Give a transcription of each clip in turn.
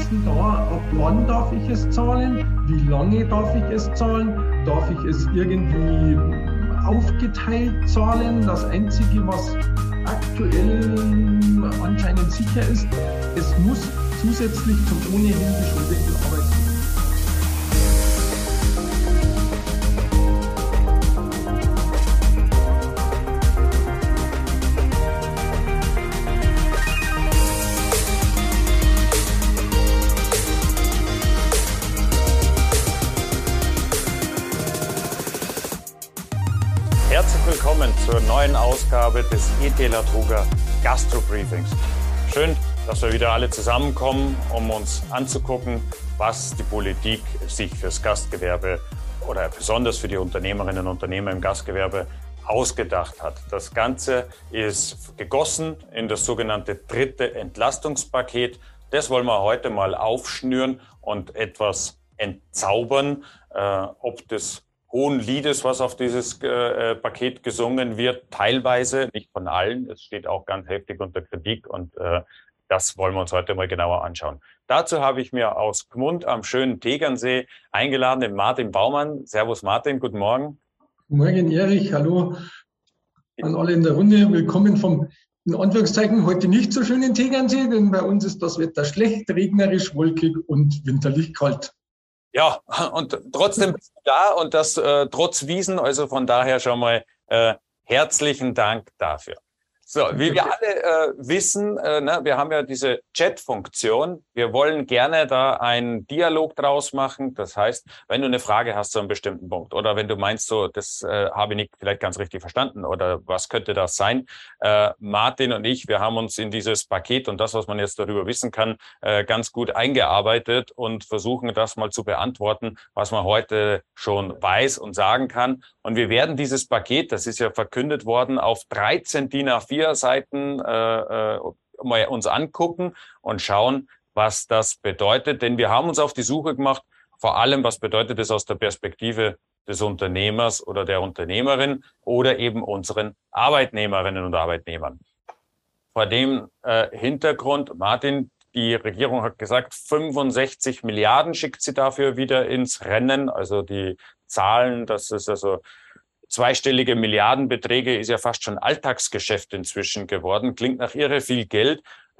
wissen da, ab wann darf ich es zahlen, wie lange darf ich es zahlen, darf ich es irgendwie aufgeteilt zahlen. Das Einzige, was aktuell anscheinend sicher ist, es muss zusätzlich zum ohnehin geschuldeten Arbeitslohn. Herzlich willkommen zur neuen Ausgabe des ET-Latruga Gastro-Briefings. Schön, dass wir wieder alle zusammenkommen, um uns anzugucken, was die Politik sich fürs Gastgewerbe oder besonders für die Unternehmerinnen und Unternehmer im Gastgewerbe ausgedacht hat. Das Ganze ist gegossen in das sogenannte dritte Entlastungspaket. Das wollen wir heute mal aufschnüren und etwas entzaubern, ob des hohen Liedes, was auf dieses Paket gesungen wird, teilweise, nicht von allen. Es steht auch ganz heftig unter Kritik und das wollen wir uns heute mal genauer anschauen. Dazu habe ich mir aus Gmund am schönen Tegernsee eingeladen den Martin Baumann. Servus Martin, guten Morgen. Guten Morgen Erich, hallo an alle in der Runde. Willkommen vom, in Anführungszeichen, heute nicht so schönen Tegernsee, denn bei uns ist das Wetter schlecht, regnerisch, wolkig und winterlich kalt. Ja, und trotzdem bist du da und das trotz Wiesen, also von daher schon mal herzlichen Dank dafür. So, wie wir alle wissen, wir haben ja diese Chat-Funktion. Wir wollen gerne da einen Dialog draus machen. Das heißt, wenn du eine Frage hast zu einem bestimmten Punkt oder wenn du meinst, so, das habe ich nicht vielleicht ganz richtig verstanden oder was könnte das sein? Martin und ich, wir haben uns in dieses Paket und das, was man jetzt darüber wissen kann, ganz gut eingearbeitet und versuchen das mal zu beantworten, was man heute schon weiß und sagen kann. Und wir werden dieses Paket, das ist ja verkündet worden, auf 13 DIN A4 Seiten mal uns angucken und schauen, was das bedeutet. Denn wir haben uns auf die Suche gemacht, vor allem, was bedeutet es aus der Perspektive des Unternehmers oder der Unternehmerin oder eben unseren Arbeitnehmerinnen und Arbeitnehmern. Vor dem Hintergrund, Martin, die Regierung hat gesagt, 65 Milliarden schickt sie dafür wieder ins Rennen. Also die Zahlen, das ist also zweistellige Milliardenbeträge, ist ja fast schon Alltagsgeschäft inzwischen geworden. Klingt nach irre viel Geld.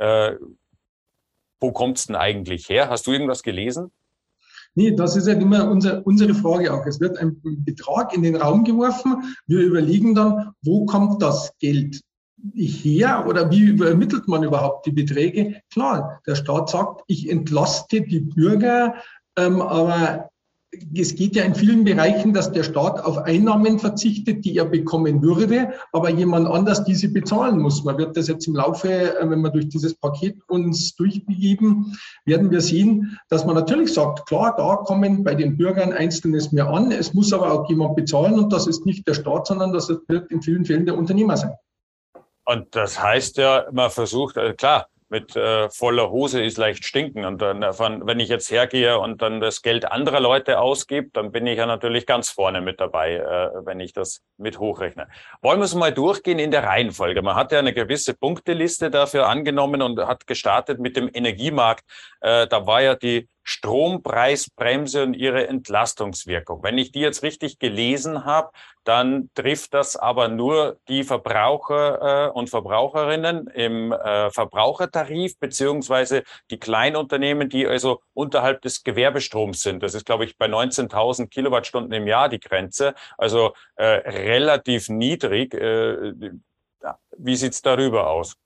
Wo kommt es denn eigentlich her? Hast du irgendwas gelesen? Nee, das ist halt immer unsere Frage auch. Es wird ein Betrag in den Raum geworfen. Wir überlegen dann, wo kommt das Geld her oder wie übermittelt man überhaupt die Beträge? Klar, der Staat sagt, ich entlaste die Bürger, aber es geht ja in vielen Bereichen, dass der Staat auf Einnahmen verzichtet, die er bekommen würde, aber jemand anders diese bezahlen muss. Man wird das jetzt im Laufe, wenn wir durch dieses Paket uns durchbegeben, werden wir sehen, dass man natürlich sagt, klar, da kommen bei den Bürgern Einzelnes mehr an, es muss aber auch jemand bezahlen und das ist nicht der Staat, sondern das wird in vielen Fällen der Unternehmer sein. Und das heißt ja, man versucht, klar, mit voller Hose ist leicht stinken. Und dann, wenn ich jetzt hergehe und dann das Geld anderer Leute ausgebe, dann bin ich ja natürlich ganz vorne mit dabei, wenn ich das mit hochrechne. Wollen wir es mal durchgehen in der Reihenfolge? Man hat ja eine gewisse Punkteliste dafür angenommen und hat gestartet mit dem Energiemarkt. Da war ja die Strompreisbremse und ihre Entlastungswirkung. Wenn ich die jetzt richtig gelesen habe, dann trifft das aber nur die Verbraucher und Verbraucherinnen im Verbrauchertarif beziehungsweise die Kleinunternehmen, die also unterhalb des Gewerbestroms sind. Das ist, glaube ich, bei 19.000 Kilowattstunden im Jahr die Grenze, also relativ niedrig. Wie sieht's darüber aus?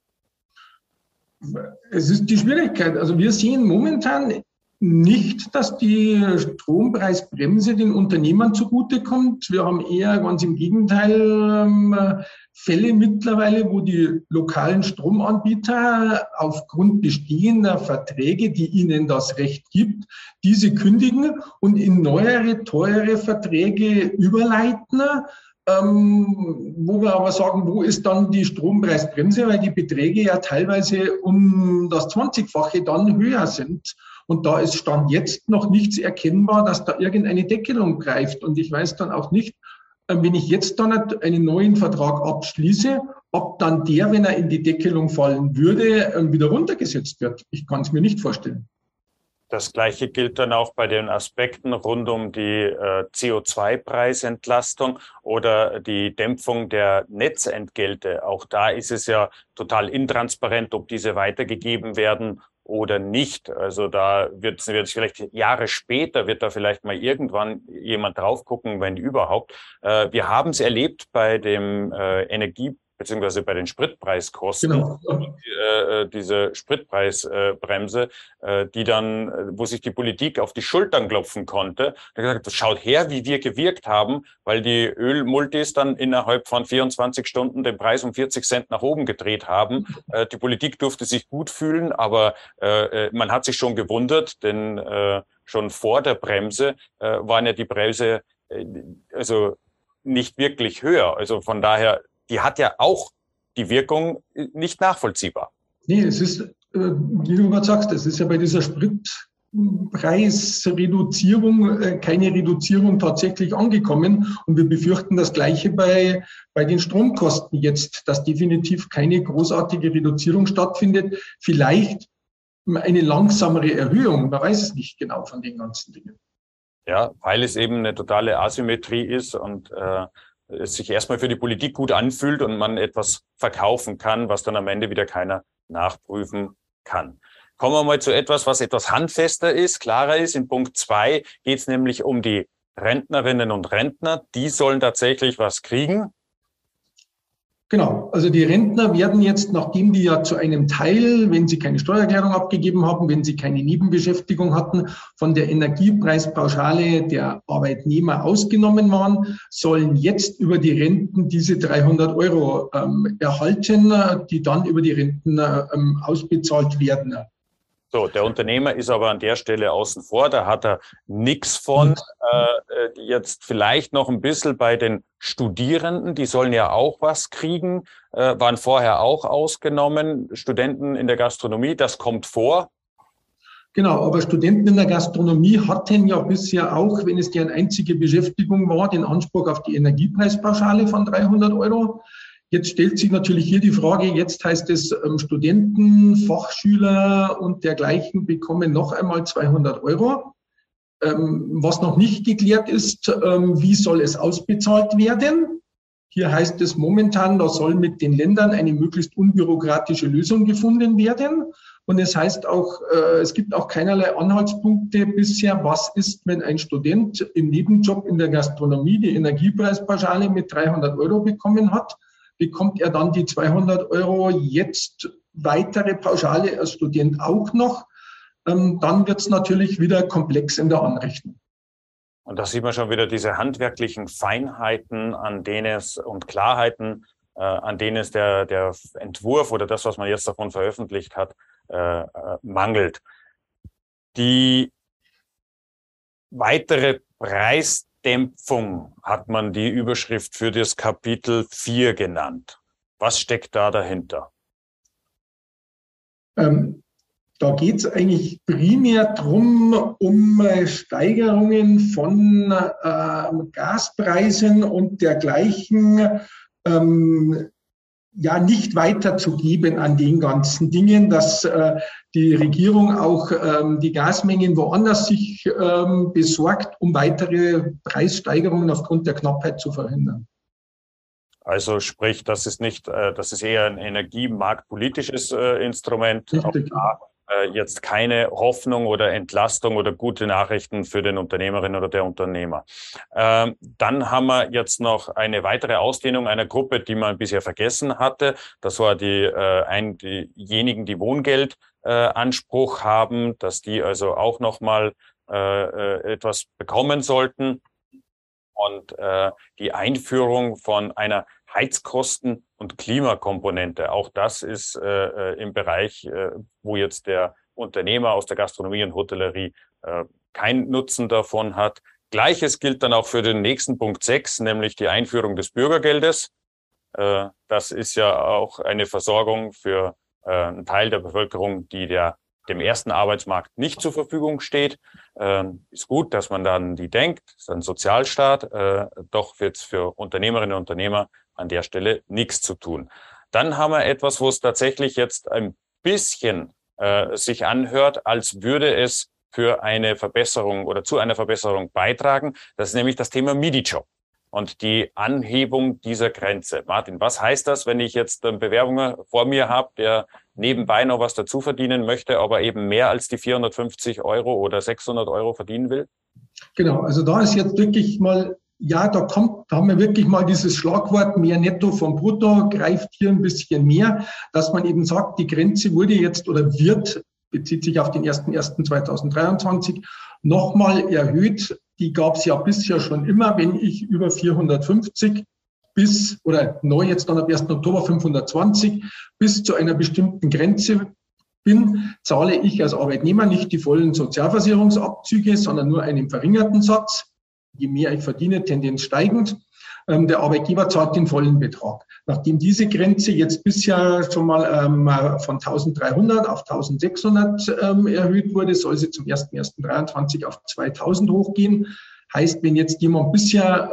Es ist die Schwierigkeit. Also wir sehen momentan nicht, dass die Strompreisbremse den Unternehmern zugutekommt. Wir haben eher ganz im Gegenteil Fälle mittlerweile, wo die lokalen Stromanbieter aufgrund bestehender Verträge, die ihnen das Recht gibt, diese kündigen und in neuere, teure Verträge überleiten. Wo wir aber sagen, wo ist dann die Strompreisbremse, weil die Beträge ja teilweise um das 20-fache dann höher sind. Und da ist Stand jetzt noch nichts erkennbar, dass da irgendeine Deckelung greift. Und ich weiß dann auch nicht, wenn ich jetzt dann einen neuen Vertrag abschließe, ob dann der, wenn er in die Deckelung fallen würde, wieder runtergesetzt wird. Ich kann es mir nicht vorstellen. Das Gleiche gilt dann auch bei den Aspekten rund um die CO2-Preisentlastung oder die Dämpfung der Netzentgelte. Auch da ist es ja total intransparent, ob diese weitergegeben werden oder nicht. Also da wird vielleicht Jahre später, wird da vielleicht mal irgendwann jemand drauf gucken, wenn überhaupt. Wir haben es erlebt bei dem beziehungsweise bei den Spritpreiskosten, Genau. diese Spritpreisbremse, die dann, wo sich die Politik auf die Schultern klopfen konnte, und gesagt, schaut her, wie wir gewirkt haben, weil die Ölmultis dann innerhalb von 24 Stunden den Preis um 40 Cent nach oben gedreht haben. Die Politik durfte sich gut fühlen, aber man hat sich schon gewundert, denn schon vor der Bremse waren ja die Preise also nicht wirklich höher. Also von daher, die hat ja auch die Wirkung nicht nachvollziehbar. Nee, es ist, wie du gerade sagst, es ist ja bei dieser Spritpreisreduzierung keine Reduzierung tatsächlich angekommen. Und wir befürchten das Gleiche bei den Stromkosten jetzt, dass definitiv keine großartige Reduzierung stattfindet. Vielleicht eine langsamere Erhöhung, man weiß es nicht genau von den ganzen Dingen. Ja, weil es eben eine totale Asymmetrie ist und es sich erstmal für die Politik gut anfühlt und man etwas verkaufen kann, was dann am Ende wieder keiner nachprüfen kann. Kommen wir mal zu etwas, was etwas handfester ist, klarer ist. In Punkt 2 geht es nämlich um die Rentnerinnen und Rentner. Die sollen tatsächlich was kriegen. Genau, also die Rentner werden jetzt, nachdem die ja zu einem Teil, wenn sie keine Steuererklärung abgegeben haben, wenn sie keine Nebenbeschäftigung hatten, von der Energiepreispauschale der Arbeitnehmer ausgenommen waren, sollen jetzt über die Renten diese 300 Euro erhalten, die dann über die Renten ausbezahlt werden. So, der Unternehmer ist aber an der Stelle außen vor, da hat er nichts von. Jetzt vielleicht noch ein bisschen bei den Studierenden, die sollen ja auch was kriegen, waren vorher auch ausgenommen. Studenten in der Gastronomie, das kommt vor. Genau, aber Studenten in der Gastronomie hatten ja bisher auch, wenn es deren einzige Beschäftigung war, den Anspruch auf die Energiepreispauschale von 300 Euro. Jetzt stellt sich natürlich hier die Frage, jetzt heißt es, Studenten, Fachschüler und dergleichen bekommen noch einmal 200 Euro. Was noch nicht geklärt ist, wie soll es ausbezahlt werden? Hier heißt es momentan, da soll mit den Ländern eine möglichst unbürokratische Lösung gefunden werden. Und es heißt auch, es gibt auch keinerlei Anhaltspunkte bisher, was ist, wenn ein Student im Nebenjob in der Gastronomie die Energiepreispauschale mit 300 Euro bekommen hat. Bekommt er dann die 200 Euro jetzt weitere Pauschale als Student auch noch? Dann wird es natürlich wieder komplex in der Anrechnung. Und da sieht man schon wieder diese handwerklichen Feinheiten, an denen es und Klarheiten, an denen es der Entwurf oder das, was man jetzt davon veröffentlicht hat, mangelt. Die weitere Preisdämpfung hat man die Überschrift für das Kapitel 4 genannt. Was steckt da dahinter? Da geht es eigentlich primär darum, um Steigerungen von Gaspreisen und dergleichen ja nicht weiterzugeben an den ganzen Dingen, dass die Regierung auch die Gasmengen woanders sich besorgt, um weitere Preissteigerungen aufgrund der Knappheit zu verhindern. Also sprich, das ist eher ein energiemarktpolitisches Instrument. Richtig. Auch da jetzt keine Hoffnung oder Entlastung oder gute Nachrichten für den Unternehmerin oder der Unternehmer. Dann haben wir jetzt noch eine weitere Ausdehnung einer Gruppe, die man bisher vergessen hatte. Das war diejenigen, die Wohngeldanspruch haben, dass die also auch nochmal etwas bekommen sollten. Und die Einführung von einer Heizkosten- und Klimakomponente. Auch das ist im Bereich, wo jetzt der Unternehmer aus der Gastronomie und Hotellerie keinen Nutzen davon hat. Gleiches gilt dann auch für den nächsten Punkt 6, nämlich die Einführung des Bürgergeldes. Das ist ja auch eine Versorgung für einen Teil der Bevölkerung, die dem ersten Arbeitsmarkt nicht zur Verfügung steht. Ist gut, dass man dann die denkt, ist ein Sozialstaat, doch wird es für Unternehmerinnen und Unternehmer an der Stelle nichts zu tun. Dann haben wir etwas, wo es tatsächlich jetzt ein bisschen sich anhört, als würde es für eine Verbesserung oder zu einer Verbesserung beitragen. Das ist nämlich das Thema Minijob und die Anhebung dieser Grenze. Martin, was heißt das, wenn ich jetzt einen Bewerber vor mir habe, der nebenbei noch was dazu verdienen möchte, aber eben mehr als die 450 Euro oder 600 Euro verdienen will? Genau, also da ist jetzt wirklich mal, ja, da haben wir wirklich mal dieses Schlagwort mehr Netto vom Brutto, greift hier ein bisschen mehr, dass man eben sagt, die Grenze wurde jetzt oder wird, bezieht sich auf den 01.01.2023, nochmal erhöht. Die gab es ja bisher schon immer, wenn ich über 450 bis, oder neu jetzt dann ab 1. Oktober 520, bis zu einer bestimmten Grenze bin, zahle ich als Arbeitnehmer nicht die vollen Sozialversicherungsabzüge, sondern nur einen verringerten Satz. Je mehr ich verdiene, Tendenz steigend. Der Arbeitgeber zahlt den vollen Betrag. Nachdem diese Grenze jetzt bisher schon mal von 1.300 auf 1.600 erhöht wurde, soll sie zum 1.1.23 auf 2.000 hochgehen. Heißt, wenn jetzt jemand bisher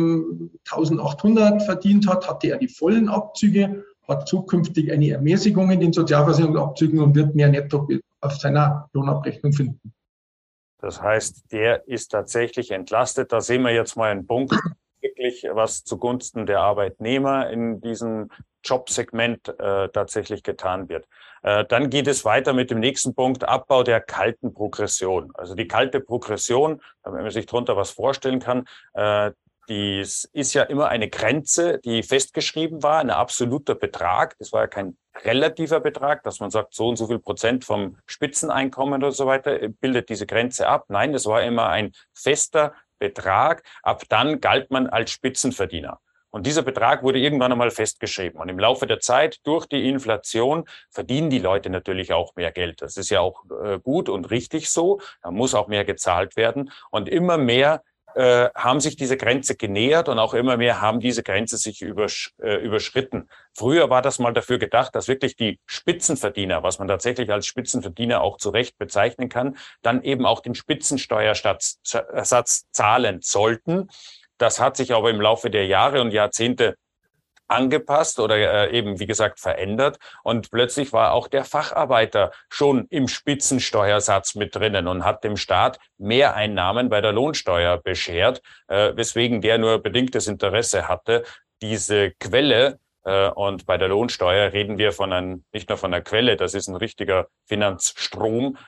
1.800 verdient hat, hatte er die vollen Abzüge, hat zukünftig eine Ermäßigung in den Sozialversicherungsabzügen und wird mehr Netto auf seiner Lohnabrechnung finden. Das heißt, der ist tatsächlich entlastet. Da sehen wir jetzt mal einen Punkt, wirklich was zugunsten der Arbeitnehmer in diesem Jobsegment tatsächlich getan wird. Dann geht es weiter mit dem nächsten Punkt, Abbau der kalten Progression. Also die kalte Progression, damit man sich darunter was vorstellen kann, dies ist ja immer eine Grenze, die festgeschrieben war, ein absoluter Betrag. Das war ja kein relativer Betrag, dass man sagt, so und so viel Prozent vom Spitzeneinkommen oder so weiter bildet diese Grenze ab. Nein, das war immer ein fester Betrag. Ab dann galt man als Spitzenverdiener. Und dieser Betrag wurde irgendwann einmal festgeschrieben. Und im Laufe der Zeit, durch die Inflation, verdienen die Leute natürlich auch mehr Geld. Das ist ja auch gut und richtig so. Da muss auch mehr gezahlt werden. Und immer mehr haben sich diese Grenze genähert und auch immer mehr haben diese Grenze sich überschritten. Früher war das mal dafür gedacht, dass wirklich die Spitzenverdiener, was man tatsächlich als Spitzenverdiener auch zu Recht bezeichnen kann, dann eben auch den Spitzensteuersatz zahlen sollten. Das hat sich aber im Laufe der Jahre und Jahrzehnte angepasst oder eben, wie gesagt, verändert. Und plötzlich war auch der Facharbeiter schon im Spitzensteuersatz mit drinnen und hat dem Staat Mehreinnahmen bei der Lohnsteuer beschert, weswegen der nur bedingtes Interesse hatte, diese Quelle, und bei der Lohnsteuer reden wir nicht nur von einer Quelle, das ist ein richtiger Finanzstrom,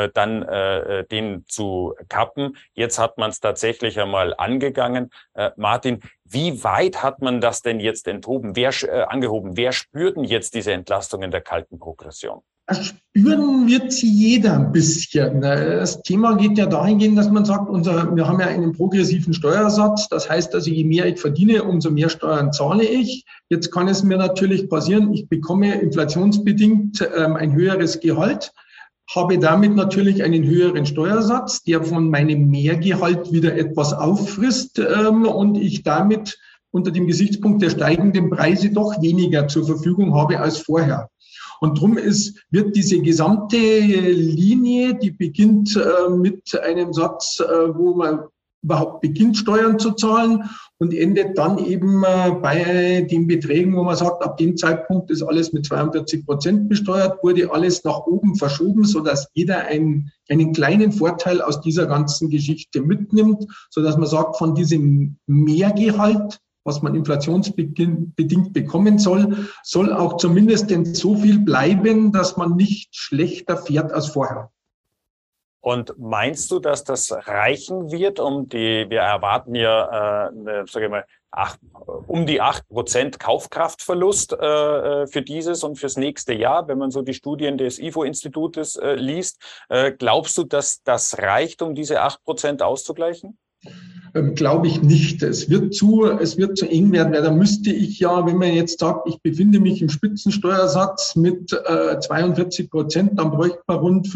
den zu kappen. Jetzt hat man es tatsächlich einmal angegangen. Martin, wie weit hat man das denn jetzt angehoben? Wer spürt denn jetzt diese Entlastungen der kalten Progression? Spüren wird sie jeder ein bisschen. Das Thema geht ja dahingehend, dass man sagt, wir haben ja einen progressiven Steuersatz. Das heißt also, je mehr ich verdiene, umso mehr Steuern zahle ich. Jetzt kann es mir natürlich passieren, ich bekomme inflationsbedingt ein höheres Gehalt, habe damit natürlich einen höheren Steuersatz, der von meinem Mehrgehalt wieder etwas auffrisst und ich damit unter dem Gesichtspunkt der steigenden Preise doch weniger zur Verfügung habe als vorher. Und darum wird diese gesamte Linie, die beginnt mit einem Satz, wo man überhaupt beginnt, Steuern zu zahlen und endet dann eben bei den Beträgen, wo man sagt, ab dem Zeitpunkt ist alles mit 42% besteuert, wurde alles nach oben verschoben, sodass jeder einen kleinen Vorteil aus dieser ganzen Geschichte mitnimmt, sodass man sagt, von diesem Mehrgehalt, was man inflationsbedingt bekommen soll auch zumindest denn so viel bleiben, dass man nicht schlechter fährt als vorher. Und meinst du, dass das reichen wird, wir erwarten ja, sage ich mal, um die 8% Kaufkraftverlust für dieses und fürs nächste Jahr, wenn man so die Studien des IFO-Institutes liest. Glaubst du, dass das reicht, um diese 8% auszugleichen? Glaube ich nicht. Es wird zu eng werden, weil da müsste ich ja, wenn man jetzt sagt, ich befinde mich im Spitzensteuersatz mit 42%, dann bräuchte man rund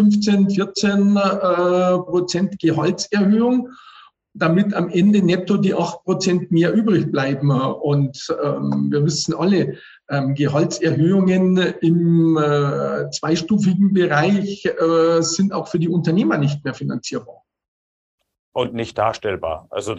14% Gehaltserhöhung, damit am Ende netto die 8% mehr übrig bleiben. Und wir wissen alle, Gehaltserhöhungen im zweistufigen Bereich sind auch für die Unternehmer nicht mehr finanzierbar. Und nicht darstellbar. Also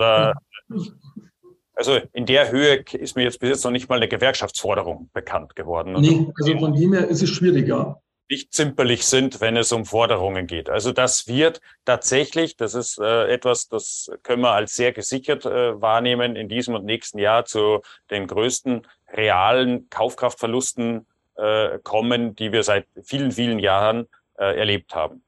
in der Höhe ist mir jetzt bis jetzt noch nicht mal eine Gewerkschaftsforderung bekannt geworden. Nee, also von dem her ist es schwieriger. nicht zimperlich sind, wenn es um Forderungen geht. Also das wird tatsächlich, das ist etwas, das können wir als sehr gesichert wahrnehmen, in diesem und nächsten Jahr zu den größten realen Kaufkraftverlusten kommen, die wir seit vielen, vielen Jahren erlebt haben.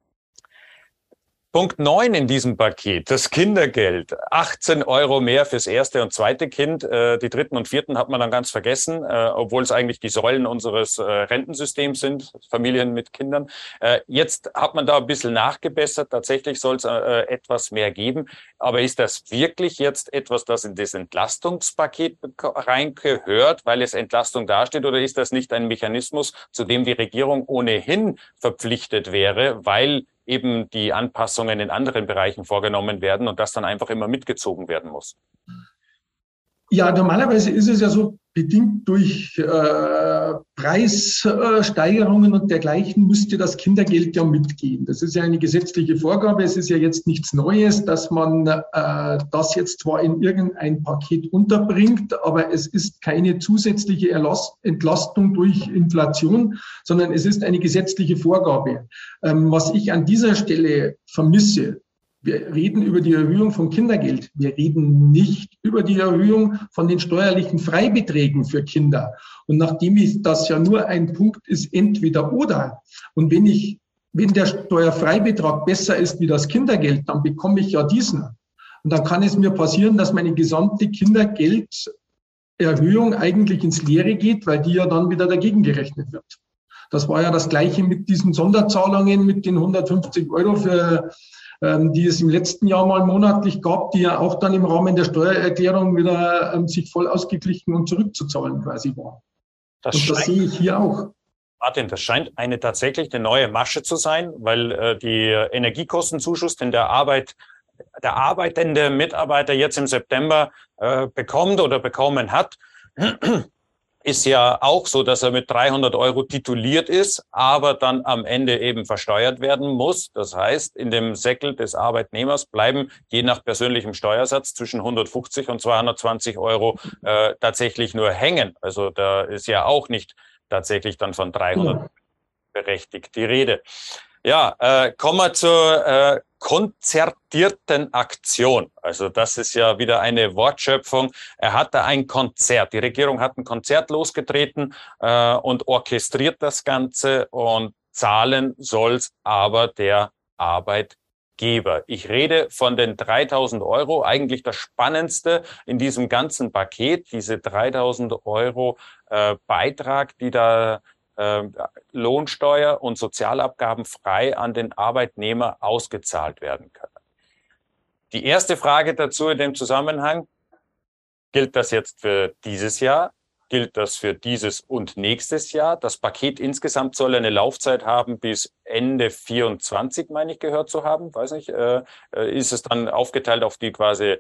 Punkt 9 in diesem Paket, das Kindergeld. 18 Euro mehr fürs erste und zweite Kind. Die dritten und vierten hat man dann ganz vergessen, obwohl es eigentlich die Säulen unseres Rentensystems sind, Familien mit Kindern. Jetzt hat man da ein bisschen nachgebessert. Tatsächlich soll es etwas mehr geben. Aber ist das wirklich jetzt etwas, das in das Entlastungspaket reingehört, weil es Entlastung dasteht? Oder ist das nicht ein Mechanismus, zu dem die Regierung ohnehin verpflichtet wäre, weil eben die Anpassungen in anderen Bereichen vorgenommen werden und das dann einfach immer mitgezogen werden muss? Ja, normalerweise ist es ja so, bedingt durch Preissteigerungen und dergleichen müsste das Kindergeld ja mitgehen. Das ist ja eine gesetzliche Vorgabe. Es ist ja jetzt nichts Neues, dass man das jetzt zwar in irgendein Paket unterbringt, aber es ist keine zusätzliche Entlastung durch Inflation, sondern es ist eine gesetzliche Vorgabe. Was ich an dieser Stelle vermisse: Wir reden über die Erhöhung von Kindergeld. Wir reden nicht über die Erhöhung von den steuerlichen Freibeträgen für Kinder. Und nachdem das ja nur ein Punkt ist, entweder oder. Und wenn der Steuerfreibetrag besser ist wie das Kindergeld, dann bekomme ich ja diesen. Und dann kann es mir passieren, dass meine gesamte Kindergelderhöhung eigentlich ins Leere geht, weil die ja dann wieder dagegen gerechnet wird. Das war ja das Gleiche mit diesen Sonderzahlungen, mit den 150 Euro die es im letzten Jahr mal monatlich gab, die ja auch dann im Rahmen der Steuererklärung wieder sich voll ausgeglichen und zurückzuzahlen quasi waren. Das sehe ich hier auch. Martin, das scheint tatsächlich eine neue Masche zu sein, weil die Energiekostenzuschuss, den der arbeitende Mitarbeiter jetzt im September bekommt oder bekommen hat, ist ja auch so, dass er mit 300 Euro tituliert ist, aber dann am Ende eben versteuert werden muss. Das heißt, in dem Säckel des Arbeitnehmers bleiben je nach persönlichem Steuersatz zwischen 150 und 220 Euro tatsächlich nur hängen. Also da ist ja auch nicht tatsächlich dann von 300 berechtigt die Rede. Ja, kommen wir zur konzertierten Aktion. Also das ist ja wieder eine Wortschöpfung. Er hat da ein Konzert. Die Regierung hat ein Konzert losgetreten und orchestriert das Ganze, und zahlen soll's aber der Arbeitgeber. Ich rede von den 3.000 Euro, eigentlich das Spannendste in diesem ganzen Paket, diese 3.000 Euro Beitrag, die da Lohnsteuer und Sozialabgaben frei an den Arbeitnehmer ausgezahlt werden können. Die erste Frage dazu in dem Zusammenhang: Gilt das jetzt für dieses Jahr? Gilt das für dieses und nächstes Jahr? Das Paket insgesamt soll eine Laufzeit haben bis Ende 24, meine ich gehört zu haben. Weiß nicht, ist es dann aufgeteilt auf die quasi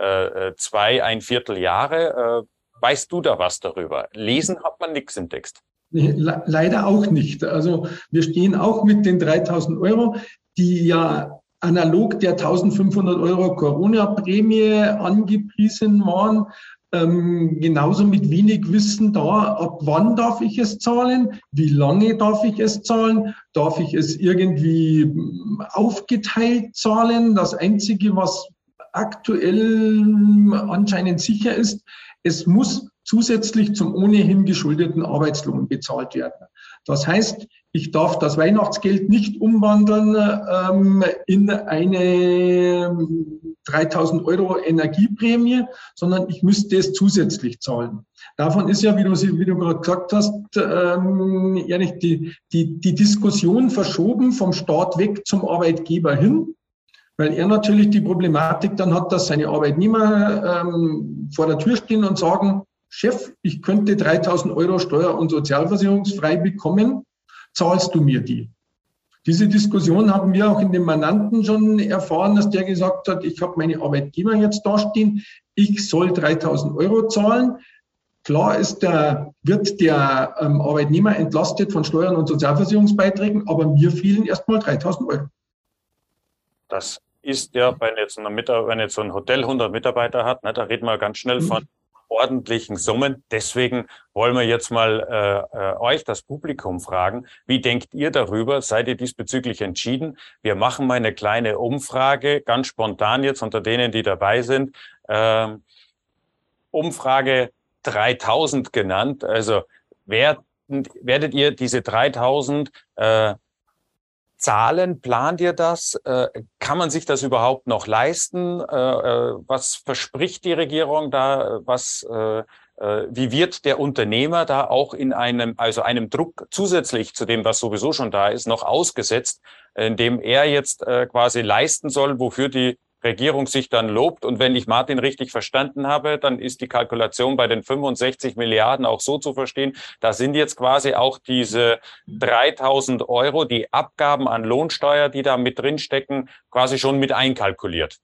2,25 Jahre? Weißt du da was darüber? Lesen hat man nichts im Text. Nee, leider auch nicht. Also wir stehen auch mit den 3.000 Euro, die ja analog der 1.500 Euro Corona-Prämie angepriesen waren. Genauso mit wenig Wissen da, ab wann darf ich es zahlen, wie lange darf ich es zahlen, darf ich es irgendwie aufgeteilt zahlen. Das Einzige, was aktuell anscheinend sicher ist, es muss zusätzlich zum ohnehin geschuldeten Arbeitslohn bezahlt werden. Das heißt, ich darf das Weihnachtsgeld nicht umwandeln in eine 3.000 Euro Energieprämie, sondern ich müsste es zusätzlich zahlen. Davon ist ja, wie du gerade gesagt hast, ehrlich, die Diskussion verschoben vom Staat weg zum Arbeitgeber hin, weil er natürlich die Problematik dann hat, dass seine Arbeitnehmer vor der Tür stehen und sagen: Chef, ich könnte 3.000 Euro steuer- und sozialversicherungsfrei bekommen, zahlst du mir die? Diese Diskussion haben wir auch in dem Mandanten schon erfahren, dass der gesagt hat, ich habe meine Arbeitgeber jetzt dastehen, ich soll 3.000 Euro zahlen. Klar wird der Arbeitnehmer entlastet von Steuern und Sozialversicherungsbeiträgen, aber mir fehlen erstmal 3.000 Euro. Das ist ja, wenn jetzt so ein Hotel 100 Mitarbeiter hat, ne, da reden wir ganz schnell von ordentlichen Summen. Deswegen wollen wir jetzt mal euch, das Publikum, fragen, wie denkt ihr darüber? Seid ihr diesbezüglich entschieden? Wir machen mal eine kleine Umfrage, ganz spontan jetzt unter denen, die dabei sind. Umfrage 3000 genannt. Also werdet ihr diese 3000 zahlen? Plant ihr das? Kann man sich das überhaupt noch leisten? Was verspricht die Regierung da? Wie wird der Unternehmer da auch in einem Druck zusätzlich zu dem, was sowieso schon da ist, noch ausgesetzt, indem er jetzt quasi leisten soll, wofür die Regierung sich dann lobt? Und wenn ich Martin richtig verstanden habe, dann ist die Kalkulation bei den 65 Milliarden auch so zu verstehen, da sind jetzt quasi auch diese 3000 Euro, die Abgaben an Lohnsteuer, die da mit drinstecken, quasi schon mit einkalkuliert.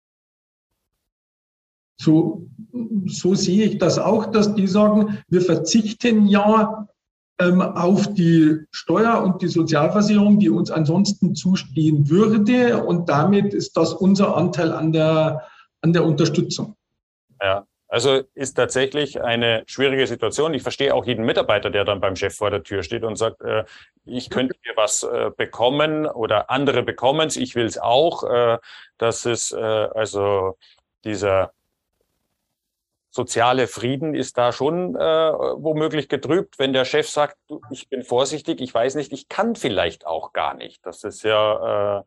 So sehe ich das auch, dass die sagen, wir verzichten ja auf die Steuer und die Sozialversicherung, die uns ansonsten zustehen würde. Und damit ist das unser Anteil an der Unterstützung. Ja, also ist tatsächlich eine schwierige Situation. Ich verstehe auch jeden Mitarbeiter, der dann beim Chef vor der Tür steht und sagt, ich könnte hier was bekommen oder andere bekommen es, ich will es auch. Das ist also dieser soziale Frieden ist da schon womöglich getrübt, wenn der Chef sagt, du, ich bin vorsichtig, ich weiß nicht, ich kann vielleicht auch gar nicht. Das ist ja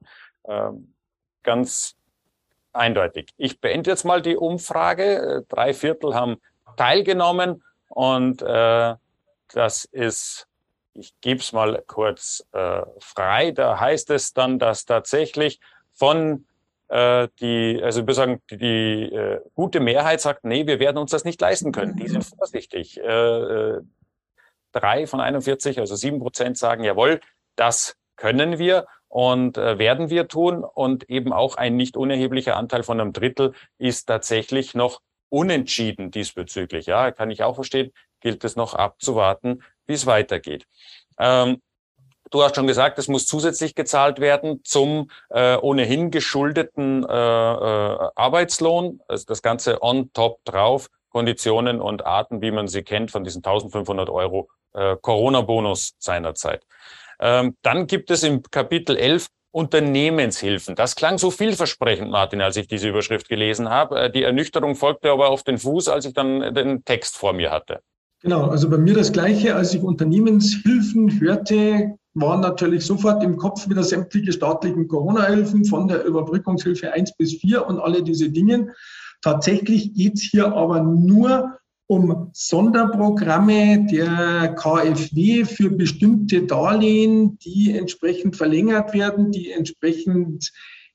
ganz eindeutig. Ich beende jetzt mal die Umfrage. 3/4 haben teilgenommen und das ist, ich gebe es mal kurz frei, da heißt es dann, dass tatsächlich von die gute Mehrheit sagt, nee, wir werden uns das nicht leisten können. Die sind vorsichtig. 3 von 41, also 7% sagen, jawohl, das können wir und werden wir tun. Und eben auch ein nicht unerheblicher Anteil von 1/3 ist tatsächlich noch unentschieden diesbezüglich. Ja, kann ich auch verstehen, gilt es noch abzuwarten, wie es weitergeht. Du hast schon gesagt, es muss zusätzlich gezahlt werden zum ohnehin geschuldeten Arbeitslohn. Also das Ganze on top drauf, Konditionen und Arten, wie man sie kennt, von diesen 1.500 Euro Corona-Bonus seinerzeit. Dann gibt es im Kapitel 11 Unternehmenshilfen. Das klang so vielversprechend, Martin, als ich diese Überschrift gelesen habe. Die Ernüchterung folgte aber auf den Fuß, als ich dann den Text vor mir hatte. Genau, also bei mir das Gleiche, als ich Unternehmenshilfen hörte, waren natürlich sofort im Kopf wieder sämtliche staatlichen Corona-Hilfen von der Überbrückungshilfe 1 bis 4 und alle diese Dinge. Tatsächlich geht es hier aber nur um Sonderprogramme der KfW für bestimmte Darlehen, die entsprechend verlängert werden, die entsprechend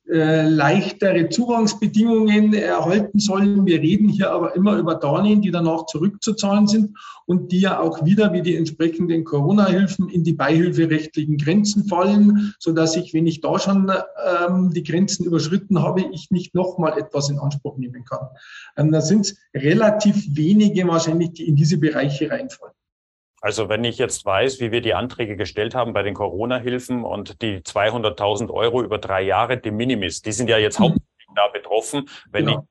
leichtere Zugangsbedingungen erhalten sollen. Wir reden hier aber immer über Darlehen, die danach zurückzuzahlen sind und die ja auch wieder wie die entsprechenden Corona-Hilfen in die beihilferechtlichen Grenzen fallen, sodass ich, wenn ich da schon die Grenzen überschritten habe, ich nicht nochmal etwas in Anspruch nehmen kann. Da sind es relativ wenige wahrscheinlich, die in diese Bereiche reinfallen. Also wenn ich jetzt weiß, wie wir die Anträge gestellt haben bei den Corona-Hilfen und die 200.000 Euro über 3 Jahre de minimis, die sind ja jetzt hauptsächlich da betroffen. Wenn ich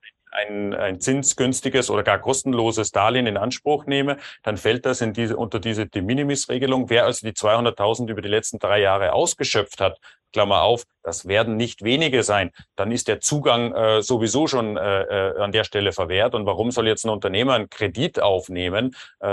ein zinsgünstiges oder gar kostenloses Darlehen in Anspruch nehme, dann fällt das unter diese de minimis-Regelung. Wer also die 200.000 über die letzten 3 Jahre ausgeschöpft hat, Klammer auf, das werden nicht wenige sein, dann ist der Zugang sowieso schon an der Stelle verwehrt. Und warum soll jetzt ein Unternehmer einen Kredit aufnehmen?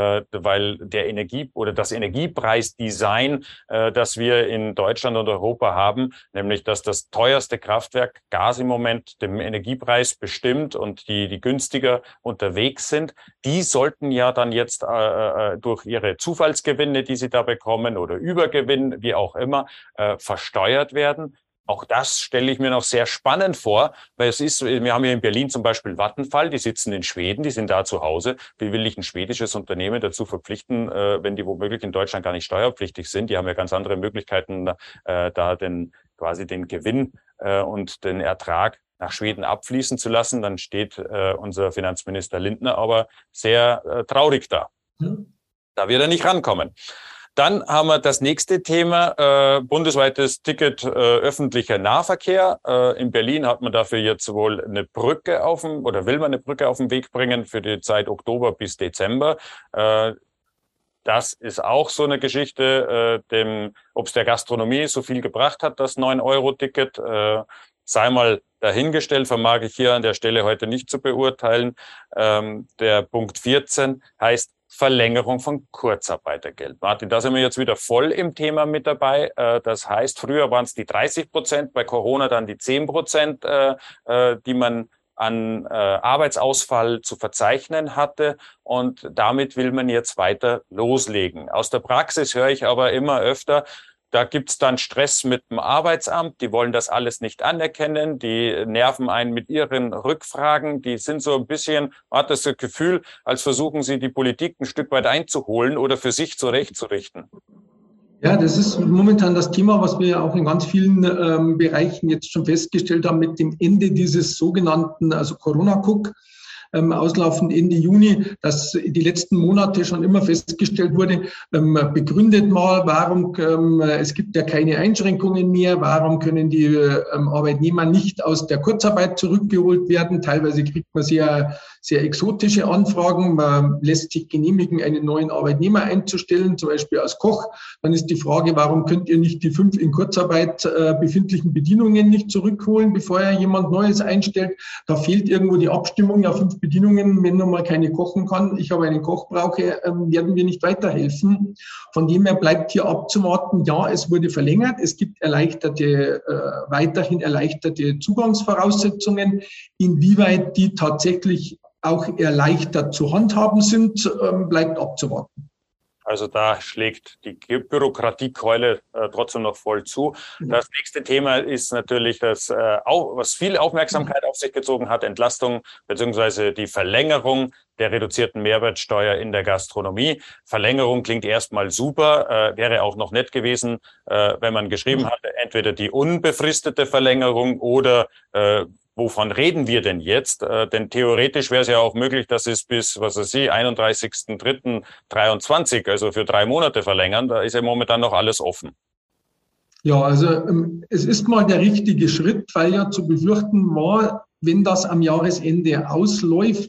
Weil der das Energiepreisdesign, das wir in Deutschland und Europa haben, nämlich dass das teuerste Kraftwerk Gas im Moment dem Energiepreis bestimmt und die günstiger unterwegs sind, die sollten ja dann jetzt durch ihre Zufallsgewinne, die sie da bekommen oder Übergewinn, wie auch immer, versteuert werden. Auch das stelle ich mir noch sehr spannend vor, weil wir haben hier in Berlin zum Beispiel Vattenfall, die sitzen in Schweden, die sind da zu Hause. Wie will ich ein schwedisches Unternehmen dazu verpflichten, wenn die womöglich in Deutschland gar nicht steuerpflichtig sind? Die haben ja ganz andere Möglichkeiten, da quasi den Gewinn und den Ertrag nach Schweden abfließen zu lassen. Dann steht unser Finanzminister Lindner aber sehr traurig da. Da wird er nicht rankommen. Dann haben wir das nächste Thema, bundesweites Ticket öffentlicher Nahverkehr. In Berlin hat man dafür jetzt wohl eine Brücke will man eine Brücke auf den Weg bringen für die Zeit Oktober bis Dezember. Das ist auch so eine Geschichte, ob es der Gastronomie so viel gebracht hat, das 9-Euro-Ticket, sei mal dahingestellt, vermag ich hier an der Stelle heute nicht zu beurteilen. Der Punkt 14 heißt Verlängerung von Kurzarbeitergeld. Martin, da sind wir jetzt wieder voll im Thema mit dabei. Das heißt, früher waren es die 30%, bei Corona dann die 10%, die man an Arbeitsausfall zu verzeichnen hatte. Und damit will man jetzt weiter loslegen. Aus der Praxis höre ich aber immer öfter, da gibt's dann Stress mit dem Arbeitsamt. Die wollen das alles nicht anerkennen. Die nerven einen mit ihren Rückfragen. Die sind so ein bisschen, man hat das Gefühl, als versuchen sie die Politik ein Stück weit einzuholen oder für sich zurechtzurichten. Ja, das ist momentan das Thema, was wir ja auch in ganz vielen Bereichen jetzt schon festgestellt haben mit dem Ende dieses sogenannten, also Corona-Cook, auslaufend Ende Juni, dass die letzten Monate schon immer festgestellt wurde, begründet mal, warum es gibt ja keine Einschränkungen mehr, warum können die Arbeitnehmer nicht aus der Kurzarbeit zurückgeholt werden. Teilweise kriegt man sehr, sehr exotische Anfragen. Man lässt sich genehmigen, einen neuen Arbeitnehmer einzustellen, zum Beispiel als Koch. Dann ist die Frage, warum könnt ihr nicht die 5 in Kurzarbeit befindlichen Bedienungen nicht zurückholen, bevor ihr jemand Neues einstellt? Da fehlt irgendwo die Abstimmung. Ja, 5 Bedienungen, wenn man mal keine kochen kann, ich aber einen Koch brauche, werden wir nicht weiterhelfen. Von dem her bleibt hier abzuwarten, ja, es wurde verlängert, es gibt weiterhin erleichterte Zugangsvoraussetzungen. Inwieweit die tatsächlich auch erleichtert zu handhaben sind, bleibt abzuwarten. Also da schlägt die Bürokratiekeule trotzdem noch voll zu. Das nächste Thema ist natürlich das, was viel Aufmerksamkeit auf sich gezogen hat, Entlastung beziehungsweise die Verlängerung der reduzierten Mehrwertsteuer in der Gastronomie. Verlängerung klingt erstmal super, wäre auch noch nett gewesen, wenn man geschrieben hatte, entweder die unbefristete Verlängerung oder wovon reden wir denn jetzt? Denn theoretisch wäre es ja auch möglich, dass es bis, 31.03.23, also für 3 Monate verlängern. Da ist ja momentan noch alles offen. Ja, also es ist mal der richtige Schritt, weil ja zu befürchten war, wenn das am Jahresende ausläuft,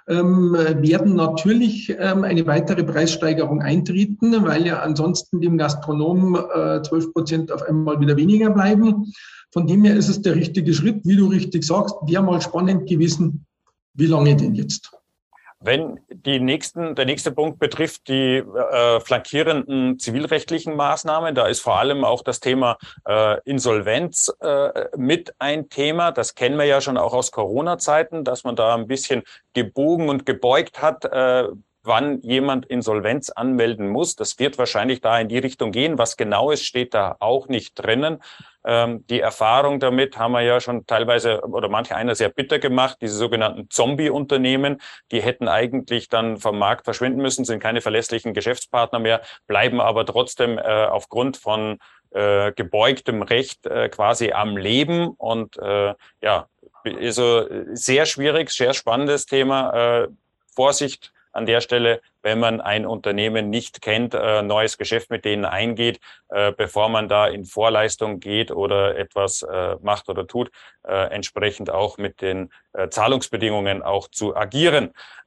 werden natürlich eine weitere Preissteigerung eintreten, weil ja ansonsten dem Gastronomen 12% auf einmal wieder weniger bleiben. Von dem her ist es der richtige Schritt, wie du richtig sagst, wäre mal spannend gewesen, wie lange denn jetzt? Wenn der nächste Punkt betrifft die flankierenden zivilrechtlichen Maßnahmen, da ist vor allem auch das Thema Insolvenz mit ein Thema. Das kennen wir ja schon auch aus Corona-Zeiten, dass man da ein bisschen gebogen und gebeugt hat, wann jemand Insolvenz anmelden muss. Das wird wahrscheinlich da in die Richtung gehen. Was genau ist, steht da auch nicht drinnen. Die Erfahrung damit haben wir ja schon teilweise oder manche einer sehr bitter gemacht. Diese sogenannten Zombie-Unternehmen, die hätten eigentlich dann vom Markt verschwinden müssen, sind keine verlässlichen Geschäftspartner mehr, bleiben aber trotzdem aufgrund von gebeugtem Recht quasi am Leben. Und ja, also sehr schwierig, sehr spannendes Thema. Vorsicht an der Stelle, wenn man ein Unternehmen nicht kennt, neues Geschäft mit denen eingeht, bevor man da in Vorleistung geht oder etwas macht oder tut, entsprechend auch mit den Zahlungsbedingungen auch zu agieren.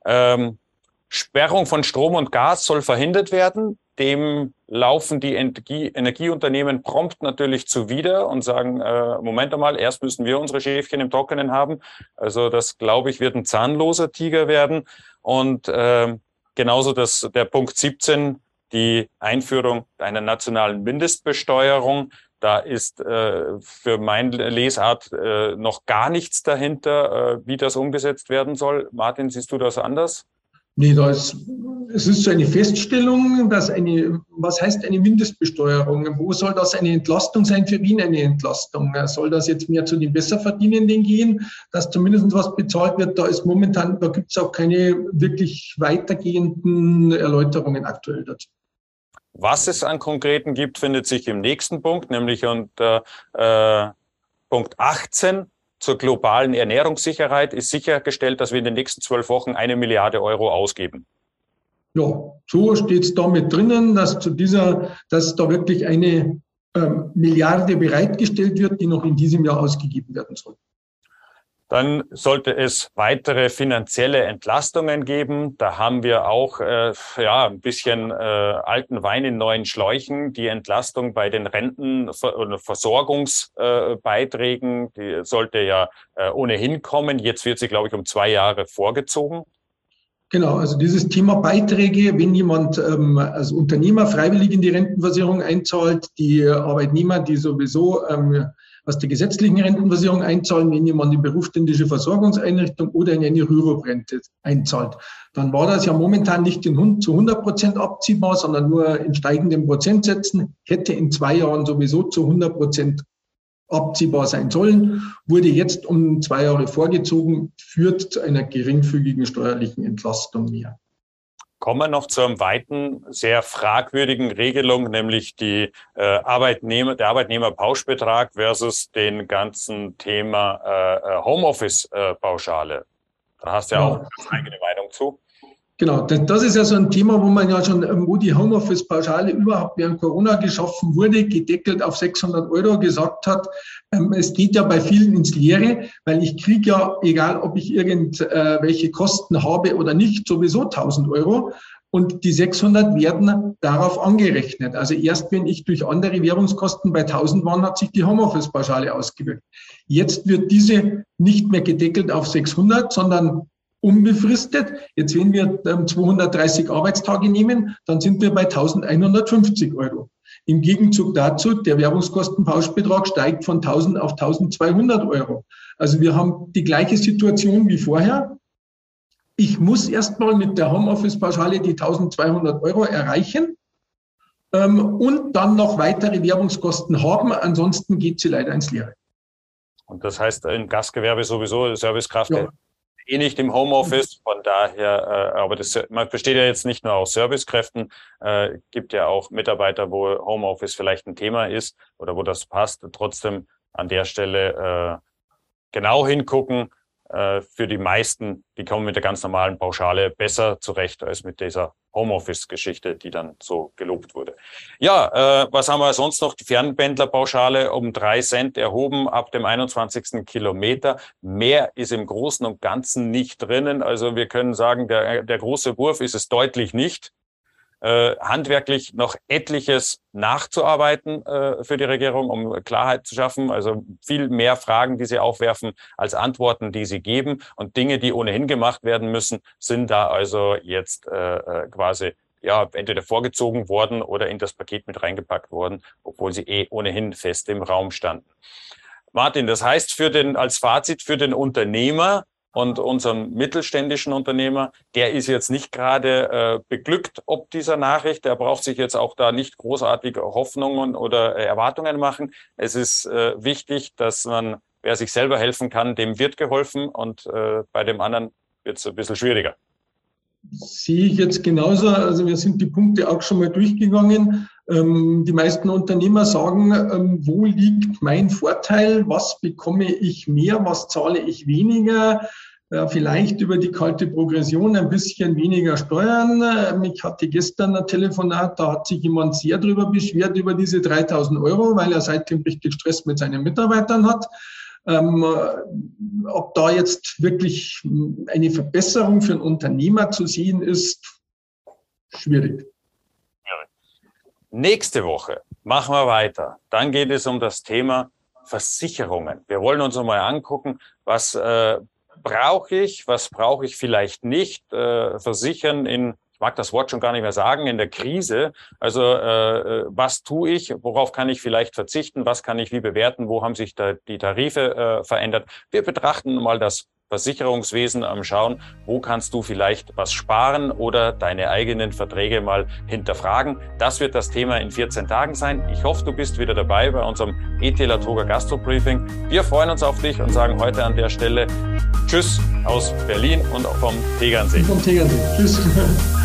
Sperrung von Strom und Gas soll verhindert werden. Dem laufen die Energieunternehmen prompt natürlich zuwider und sagen, Moment einmal, erst müssen wir unsere Schäfchen im Trockenen haben. Also das, glaube ich, wird ein zahnloser Tiger werden. Und genauso der Punkt 17, die Einführung einer nationalen Mindestbesteuerung. Da ist für meine Lesart noch gar nichts dahinter, wie das umgesetzt werden soll. Martin, siehst du das anders? Nee, es ist so eine Feststellung, was heißt eine Mindestbesteuerung? Wo soll das eine Entlastung sein? Für wen eine Entlastung? Soll das jetzt mehr zu den Besserverdienenden gehen, dass zumindest was bezahlt wird? Da gibt es auch keine wirklich weitergehenden Erläuterungen aktuell dazu. Was es an Konkreten gibt, findet sich im nächsten Punkt, nämlich unter Punkt 18. Zur globalen Ernährungssicherheit ist sichergestellt, dass wir in den nächsten 12 Wochen 1 Milliarde Euro ausgeben. Ja, so steht es da mit drinnen, dass da wirklich eine Milliarde bereitgestellt wird, die noch in diesem Jahr ausgegeben werden soll. Dann sollte es weitere finanzielle Entlastungen geben. Da haben wir auch ein bisschen alten Wein in neuen Schläuchen. Die Entlastung bei den Renten- und Versorgungsbeiträgen, die sollte ja ohnehin kommen. Jetzt wird sie, glaube ich, um 2 Jahre vorgezogen. Genau, also dieses Thema Beiträge, wenn jemand als Unternehmer freiwillig in die Rentenversicherung einzahlt, die Arbeitnehmer, die sowieso aus der gesetzlichen Rentenversicherung einzahlen, wenn jemand in berufsständische Versorgungseinrichtung oder in eine Rürup-Rente einzahlt. Dann war das ja momentan nicht zu 100% abziehbar, sondern nur in steigenden Prozentsätzen, hätte in 2 Jahren sowieso zu 100% abziehbar sein sollen, wurde jetzt um 2 Jahre vorgezogen, führt zu einer geringfügigen steuerlichen Entlastung mehr. Kommen wir noch zu einem weiten, sehr fragwürdigen Regelung, nämlich der Arbeitnehmerpauschbetrag versus den ganzen Thema Homeoffice-Pauschale. Da hast du ja auch eine eigene Meinung zu. Genau, das ist ja so ein Thema, wo die Homeoffice-Pauschale überhaupt während Corona geschaffen wurde, gedeckelt auf 600 € gesagt hat, es geht ja bei vielen ins Leere, weil ich kriege ja, egal ob ich irgendwelche Kosten habe oder nicht, sowieso 1000 € und die 600 werden darauf angerechnet. Also erst wenn ich durch andere Währungskosten bei 1000 war, hat sich die Homeoffice-Pauschale ausgewirkt. Jetzt wird diese nicht mehr gedeckelt auf 600, sondern unbefristet. Jetzt, wenn wir 230 Arbeitstage nehmen, dann sind wir bei 1150 €. Im Gegenzug dazu, der Werbungskostenpauschbetrag steigt von 1000 auf 1200 €. Also wir haben die gleiche Situation wie vorher. Ich muss erstmal mit der Homeoffice-Pauschale die 1200 € erreichen und dann noch weitere Werbungskosten haben. Ansonsten geht sie leider ins Leere. Und das heißt, im Gastgewerbe sowieso, Servicekraft ja. Nicht im Homeoffice, von daher, aber man besteht ja jetzt nicht nur aus Servicekräften, gibt ja auch Mitarbeiter, wo Homeoffice vielleicht ein Thema ist oder wo das passt. Trotzdem an der Stelle genau hingucken. Für die meisten, die kommen mit der ganz normalen Pauschale besser zurecht als mit dieser Homeoffice-Geschichte, die dann so gelobt wurde. Ja, was haben wir sonst noch? Die Fernpendlerpauschale um 3 Cent erhoben ab dem 21. Kilometer. Mehr ist im Großen und Ganzen nicht drinnen. Also wir können sagen, der große Wurf ist es deutlich nicht. Handwerklich noch etliches nachzuarbeiten für die Regierung, um Klarheit zu schaffen. Also viel mehr Fragen, die sie aufwerfen, als Antworten, die sie geben. Und Dinge, die ohnehin gemacht werden müssen, sind da also jetzt quasi entweder vorgezogen worden oder in das Paket mit reingepackt worden, obwohl sie ohnehin fest im Raum standen. Martin, das heißt als Fazit für den Unternehmer und unseren mittelständischen Unternehmer, der ist jetzt nicht gerade beglückt ob dieser Nachricht. Der braucht sich jetzt auch da nicht großartige Hoffnungen oder Erwartungen machen. Es ist wichtig, dass wer sich selber helfen kann, dem wird geholfen und bei dem anderen wird es ein bisschen schwieriger. Sehe ich jetzt genauso. Also wir sind die Punkte auch schon mal durchgegangen. Die meisten Unternehmer sagen, wo liegt mein Vorteil? Was bekomme ich mehr? Was zahle ich weniger? Vielleicht über die kalte Progression ein bisschen weniger Steuern. Ich hatte gestern ein Telefonat, da hat sich jemand sehr drüber beschwert, über diese 3.000 €, weil er seitdem richtig Stress mit seinen Mitarbeitern hat. Ob da jetzt wirklich eine Verbesserung für einen Unternehmer zu sehen ist, schwierig. Nächste Woche machen wir weiter. Dann geht es um das Thema Versicherungen. Wir wollen uns einmal angucken, was brauche ich, was brauche ich vielleicht nicht, versichern ich mag das Wort schon gar nicht mehr sagen, in der Krise. Also was tue ich, worauf kann ich vielleicht verzichten, was kann ich wie bewerten, wo haben sich da die Tarife verändert. Wir betrachten mal das Versicherungswesen, schauen, wo kannst du vielleicht was sparen oder deine eigenen Verträge mal hinterfragen. Das wird das Thema in 14 Tagen sein. Ich hoffe, du bist wieder dabei bei unserem ET-Latoga Gastro Briefing. Wir freuen uns auf dich und sagen heute an der Stelle Tschüss aus Berlin und vom Tegernsee. Vom Tegernsee. Tschüss.